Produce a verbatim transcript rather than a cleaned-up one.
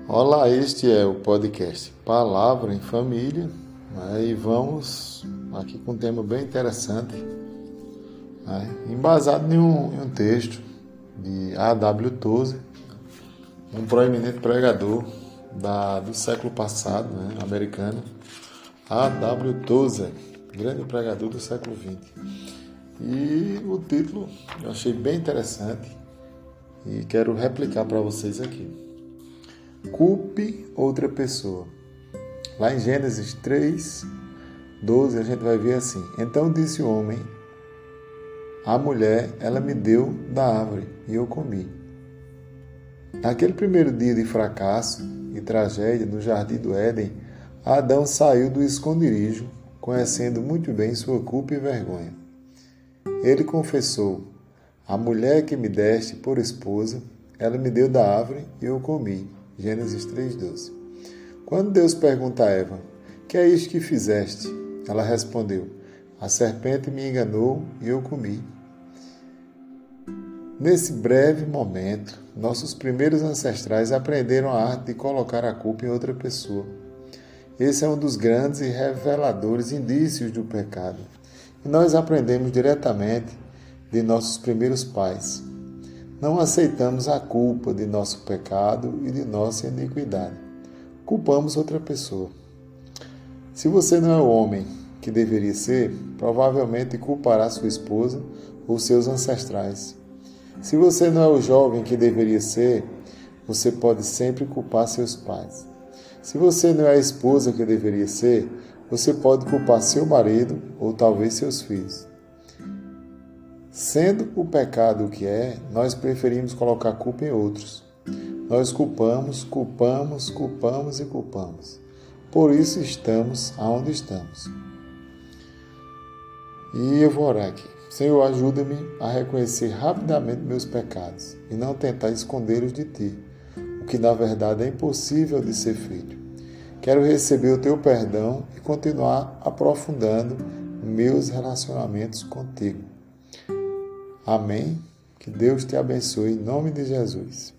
Olá, este é o podcast Palavra em Família, né? E vamos aqui com um tema bem interessante, né? Embasado em um, em um texto de A W Tozer, um proeminente pregador da, do século passado, né? Americano. A W Tozer, grande pregador do século vinte. E o título eu achei bem interessante e quero replicar para vocês aqui. Culpe outra pessoa. Lá em Gênesis três, doze, a gente vai ver assim: Então disse o homem à mulher, ela me deu da árvore e eu comi. Naquele primeiro dia de fracasso e tragédia no jardim do Éden, Adão saiu do esconderijo, conhecendo muito bem sua culpa e vergonha. Ele confessou: A mulher que me deste por esposa, ela me deu da árvore e eu comi. Gênesis três, doze. Quando Deus pergunta a Eva: Que é isto que fizeste? Ela respondeu: A serpente me enganou e eu comi. Nesse breve momento, nossos primeiros ancestrais aprenderam a arte de colocar a culpa em outra pessoa. Esse é um dos grandes e reveladores indícios do pecado. E nós aprendemos diretamente de nossos primeiros pais. Não aceitamos a culpa de nosso pecado e de nossa iniquidade. Culpamos outra pessoa. Se você não é o homem que deveria ser, provavelmente culpará sua esposa ou seus ancestrais. Se você não é o jovem que deveria ser, você pode sempre culpar seus pais. Se você não é a esposa que deveria ser, você pode culpar seu marido ou talvez seus filhos. Sendo o pecado o que é, nós preferimos colocar culpa em outros. Nós culpamos, culpamos, culpamos e culpamos. Por isso estamos aonde estamos. E eu vou orar aqui. Senhor, ajuda-me a reconhecer rapidamente meus pecados e não tentar escondê-los de Ti, o que na verdade é impossível de ser feito. Quero receber o Teu perdão e continuar aprofundando meus relacionamentos contigo. Amém. Que Deus te abençoe em nome de Jesus.